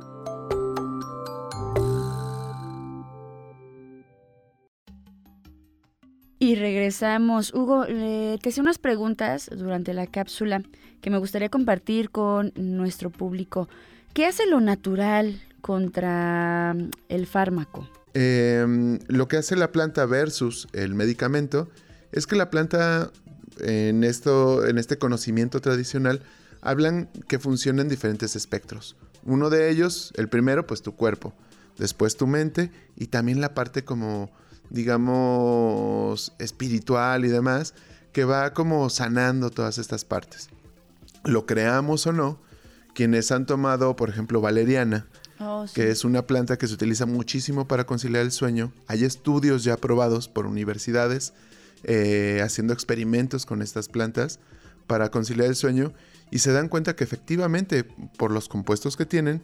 Y regresamos. Hugo, eh, te hice unas preguntas durante la cápsula que me gustaría compartir con nuestro público. ¿Qué hace lo natural contra el fármaco?
Eh, lo que hace la planta versus el medicamento es que la planta, en, esto, en este conocimiento tradicional, hablan que funciona en diferentes espectros. Uno de ellos, el primero, pues tu cuerpo, después tu mente y también la parte como, digamos, espiritual y demás, que va como sanando todas estas partes. Lo creamos o no, quienes han tomado, por ejemplo, valeriana, oh, sí. que es una planta que se utiliza muchísimo para conciliar el sueño. Hay estudios ya aprobados por universidades eh, haciendo experimentos con estas plantas para conciliar el sueño y se dan cuenta que efectivamente, por los compuestos que tienen,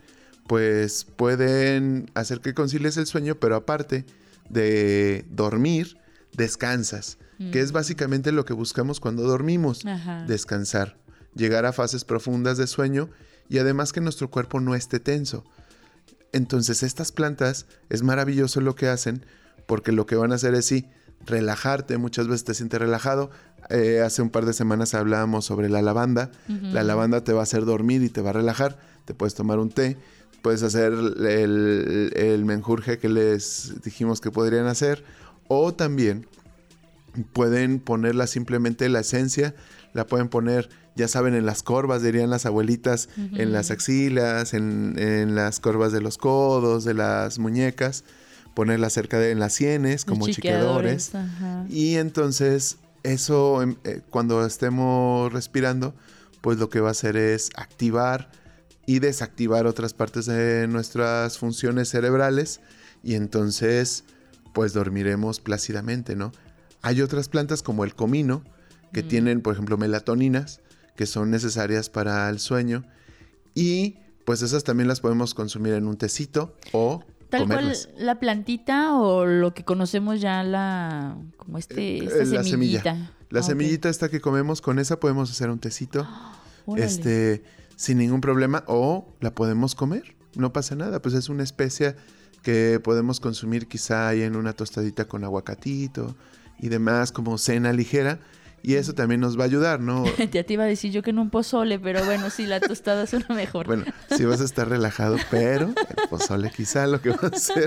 pues pueden hacer que concilies el sueño, pero aparte de dormir, descansas, mm. que es básicamente lo que buscamos cuando dormimos, Ajá. descansar, llegar a fases profundas de sueño y además que nuestro cuerpo no esté tenso. Entonces estas plantas es maravilloso lo que hacen, porque lo que van a hacer es sí, relajarte, muchas veces te sientes relajado. Eh, hace un par de semanas hablábamos sobre la lavanda. Uh-huh. La lavanda te va a hacer dormir y te va a relajar. Te puedes tomar un té, puedes hacer el, el menjurje que les dijimos que podrían hacer, o también pueden ponerla simplemente la esencia, la pueden poner, ya saben, en las corvas, dirían las abuelitas, uh-huh. en las axilas, en, en las corvas de los codos, de las muñecas, ponerla cerca de en las sienes como chiqueadores. chiqueadores y entonces eso eh, cuando estemos respirando, pues lo que va a hacer es activar y desactivar otras partes de nuestras funciones cerebrales y entonces pues dormiremos plácidamente, ¿no? Hay otras plantas como el comino que mm. tienen, por ejemplo, melatoninas que son necesarias para el sueño y pues esas también las podemos consumir en un tecito o
Tal
comerlas.
cual la plantita o lo que conocemos ya la como este esta
la
semillita.
Semilla. La
ah,
semillita
okay.
esta que comemos, con esa podemos hacer un tecito
Oh,
este sin ningún problema o la podemos comer, no pasa nada, pues es una especia que podemos consumir quizá ahí en una tostadita con aguacatito y demás como cena ligera. Y eso también nos va a ayudar, ¿no?
Ya te iba a decir yo que en un pozole, pero bueno, sí, la tostada suena mejor.
Bueno, sí vas a estar relajado, pero el pozole quizá lo que va a hacer.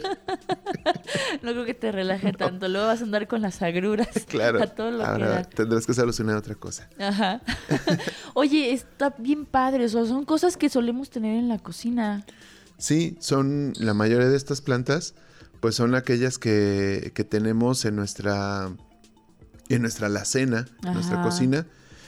No creo que te relaje no. tanto, luego vas a andar con las agruras.
Claro,
a todo lo
ahora
que da.
Tendrás que solucionar otra cosa.
Ajá. Oye, está bien padre, o sea, son cosas que solemos tener en la cocina.
Sí, son la mayoría de estas plantas, pues son aquellas que, que tenemos en nuestra... en nuestra alacena, en nuestra cocina.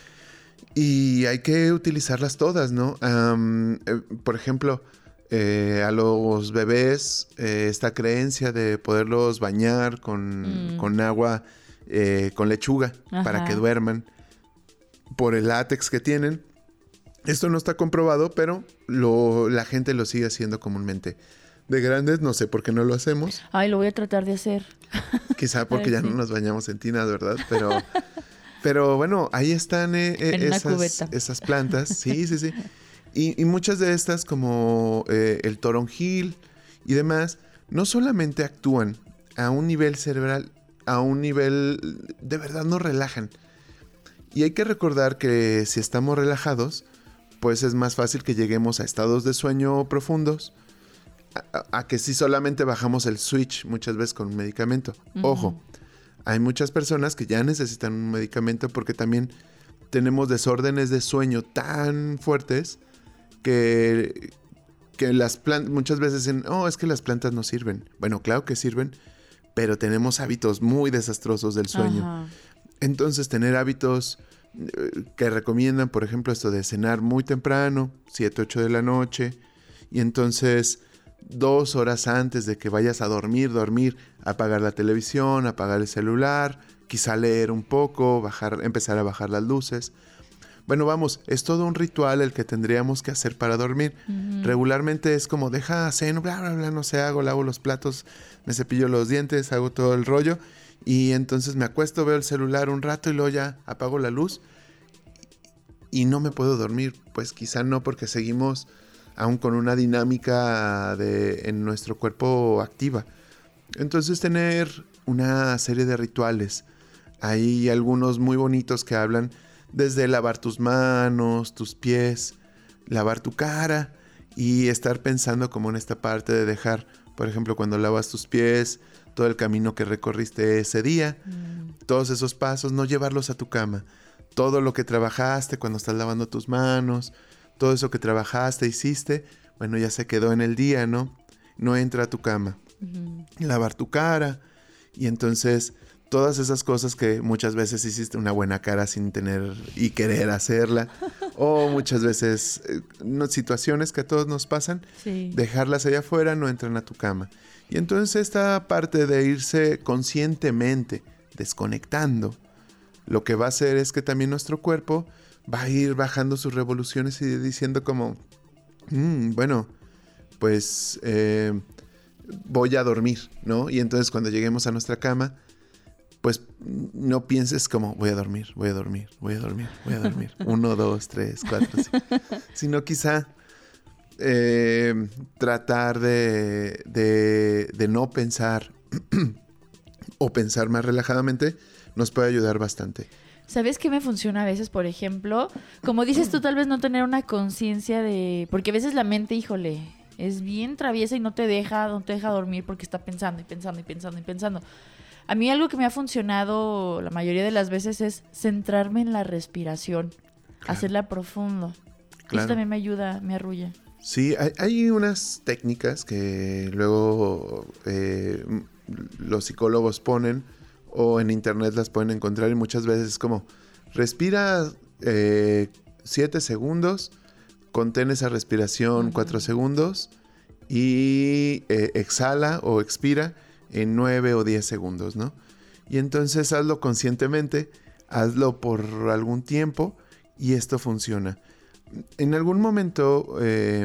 Y hay que utilizarlas todas, ¿no? Um, eh, por ejemplo, eh, a los bebés, eh, esta creencia de poderlos bañar con, mm. con agua, eh, con lechuga, Ajá. para que duerman, por el látex que tienen. Esto no está comprobado, pero lo, la gente lo sigue haciendo comúnmente. De grandes, no sé por qué no lo hacemos.
Ay, lo voy a tratar de hacer.
Quizá porque ya sí. no nos bañamos en tina, ¿verdad? Pero, pero bueno, ahí están eh,
en
esas, esas plantas. Sí, sí, sí. Y, y muchas de estas, como eh, el toronjil y demás, no solamente actúan a un nivel cerebral, a un nivel, de verdad nos relajan. Y hay que recordar que si estamos relajados, pues es más fácil que lleguemos a estados de sueño profundos, A, a que si solamente bajamos el switch muchas veces con un medicamento. Uh-huh. Ojo, hay muchas personas que ya necesitan un medicamento porque también tenemos desórdenes de sueño tan fuertes que, que las plantas muchas veces dicen, oh, es que las plantas no sirven. Bueno, claro que sirven, pero tenemos hábitos muy desastrosos del sueño. Uh-huh. Entonces, tener hábitos eh, que recomiendan, por ejemplo, esto de cenar muy temprano, siete, ocho de la noche, y entonces... dos horas antes de que vayas a dormir, dormir, apagar la televisión, apagar el celular, quizá leer un poco, bajar, empezar a bajar las luces. Bueno, vamos, es todo un ritual el que tendríamos que hacer para dormir. Uh-huh. Regularmente es como, deja, ceno, bla, bla, bla, no sé, hago, lavo los platos, me cepillo los dientes, hago todo el rollo y entonces me acuesto, veo el celular un rato y luego ya apago la luz y no me puedo dormir. Pues quizá no, porque seguimos... aún con una dinámica de, en nuestro cuerpo activa. Entonces tener una serie de rituales. Hay algunos muy bonitos que hablan desde lavar tus manos, tus pies, lavar tu cara y estar pensando como en esta parte de dejar, por ejemplo, cuando lavas tus pies, todo el camino que recorriste ese día, mm. todos esos pasos, no llevarlos a tu cama. Todo lo que trabajaste cuando estás lavando tus manos, todo eso que trabajaste, hiciste, bueno, ya se quedó en el día, ¿no? No entra a tu cama. Uh-huh. Lavar tu cara. Y entonces, todas esas cosas que muchas veces hiciste una buena cara sin tener y querer hacerla. O muchas veces, eh, no, situaciones que a todos nos pasan, sí. dejarlas allá afuera, no entran a tu cama. Y entonces esta parte de irse conscientemente desconectando, lo que va a hacer es que también nuestro cuerpo... va a ir bajando sus revoluciones y diciendo como, mmm, bueno, pues eh, voy a dormir, ¿no? Y entonces cuando lleguemos a nuestra cama, pues no pienses como voy a dormir, voy a dormir, voy a dormir, voy a dormir. Uno, dos, tres, cuatro, cinco. Sino quizá eh, tratar de, de, de no pensar o pensar más relajadamente nos puede ayudar bastante.
¿Sabes qué me funciona a veces, por ejemplo? Como dices tú, tal vez no tener una conciencia de... Porque a veces la mente, híjole, es bien traviesa y no te deja, no te deja dormir porque está pensando y pensando y pensando y pensando. A mí algo que me ha funcionado la mayoría de las veces es centrarme en la respiración, claro. hacerla profundo. Claro. Eso también me ayuda, me arrulla.
Sí, hay, hay unas técnicas que luego eh, los psicólogos ponen o en internet las pueden encontrar y muchas veces es como respira eh, siete segundos, contén esa respiración uh-huh. cuatro segundos y eh, exhala o expira en nueve o diez segundos, ¿no? Y entonces hazlo conscientemente, hazlo por algún tiempo y esto funciona. En algún momento, eh,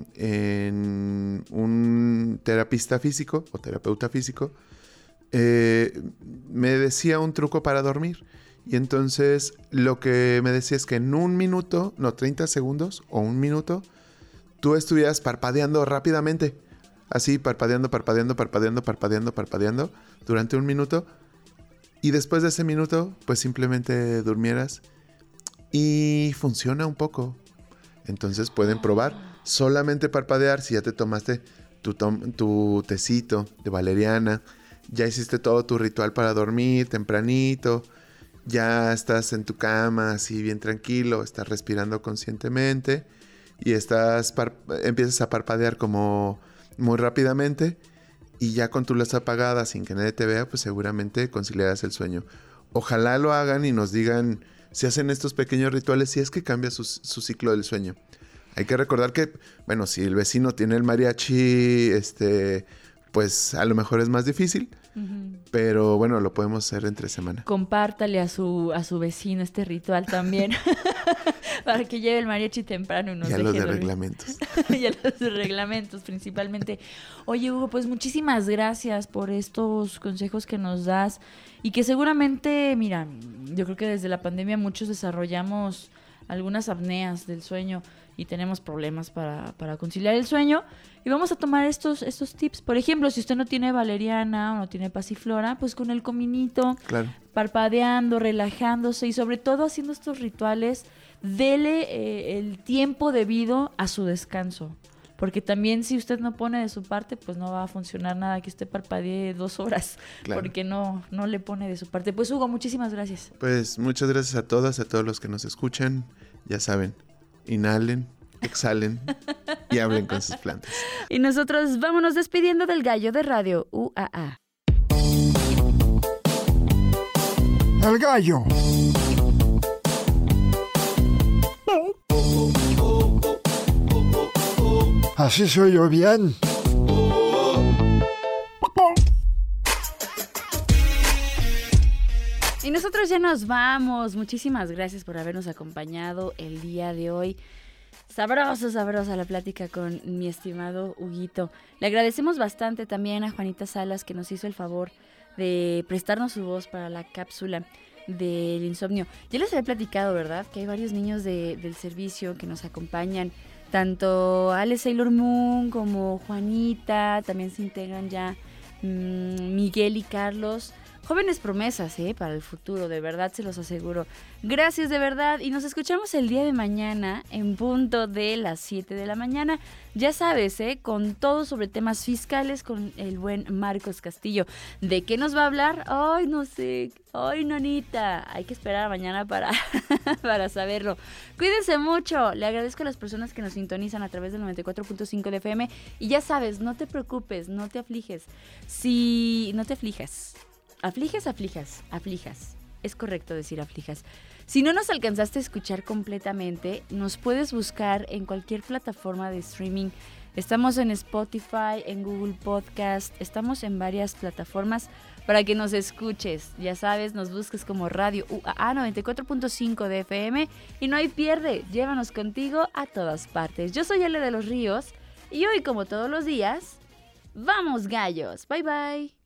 en un terapista físico o terapeuta físico, eh, me decía un truco para dormir. Y entonces lo que me decía es que en un minuto, no, treinta segundos o un minuto, tú estuvieras parpadeando rápidamente. Así, parpadeando, parpadeando, parpadeando, parpadeando, parpadeando durante un minuto. Y después de ese minuto, pues simplemente durmieras. Y funciona un poco. Entonces pueden probar solamente parpadear. Si ya te tomaste tu, tom- tu tecito de valeriana, ya hiciste todo tu ritual para dormir tempranito, ya estás en tu cama así bien tranquilo, estás respirando conscientemente y estás par- empiezas a parpadear como... muy rápidamente y ya con tu luz apagada sin que nadie te vea, pues seguramente conciliarás el sueño. Ojalá lo hagan y nos digan si hacen estos pequeños rituales, si es que cambia su, su ciclo del sueño. Hay que recordar que, bueno, si el vecino tiene el mariachi, este, pues a lo mejor es más difícil, uh-huh. pero bueno, lo podemos hacer entre semana.
Compártale a su, a su vecino este ritual también. Para que lleve el mariachi temprano y nos
deje
dormir.
Y a los de reglamentos.
Y a los de reglamentos principalmente. Oye, Hugo, pues muchísimas gracias por estos consejos que nos das y que seguramente, mira, yo creo que desde la pandemia muchos desarrollamos algunas apneas del sueño y tenemos problemas para, para conciliar el sueño y vamos a tomar estos, estos tips. Por ejemplo, si usted no tiene valeriana o no tiene pasiflora, pues con el cominito,
claro.
parpadeando, relajándose y sobre todo haciendo estos rituales, dele eh, el tiempo debido a su descanso. Porque también si usted no pone de su parte, pues no va a funcionar nada que usted parpadee dos horas. Claro. Porque no, no le pone de su parte. Pues Hugo, muchísimas gracias.
Pues muchas gracias a todas, a todos los que nos escuchan. Ya saben, inhalen, exhalen y hablen con sus plantas.
Y nosotros vámonos despidiendo del gallo de Radio U A A.
El gallo. Así soy yo bien.
Y nosotros ya nos vamos. Muchísimas gracias por habernos acompañado el día de hoy. Sabroso, sabrosa la plática con mi estimado Huguito. Le agradecemos bastante también a Juanita Salas que nos hizo el favor de prestarnos su voz para la cápsula del insomnio. Ya les había platicado, ¿verdad? Que hay varios niños de, del servicio que nos acompañan. Tanto Ale Sailor Moon como Juanita, también se integran ya mmm, Miguel y Carlos. Jóvenes promesas, ¿eh? Para el futuro, de verdad se los aseguro. Gracias de verdad y nos escuchamos el día de mañana en punto de las siete de la mañana. Ya sabes, ¿eh? Con todo sobre temas fiscales con el buen Marcos Castillo. ¿De qué nos va a hablar? Ay, no sé. Ay, nanita. Hay que esperar a mañana para, para saberlo. Cuídense mucho. Le agradezco a las personas que nos sintonizan a través del noventa y cuatro punto cinco de F M. Y ya sabes, no te preocupes, no te afliges. Si no te aflijas. Afliges, aflijas, aflijas. Es correcto decir aflijas. Si no nos alcanzaste a escuchar completamente, nos puedes buscar en cualquier plataforma de streaming. Estamos en Spotify, en Google Podcast, estamos en varias plataformas para que nos escuches. Ya sabes, nos busques como Radio U A A noventa y cuatro punto cinco de F M y no hay pierde. Llévanos contigo a todas partes. Yo soy Ale de los Ríos Y hoy, como todos los días, ¡vamos gallos! Bye bye.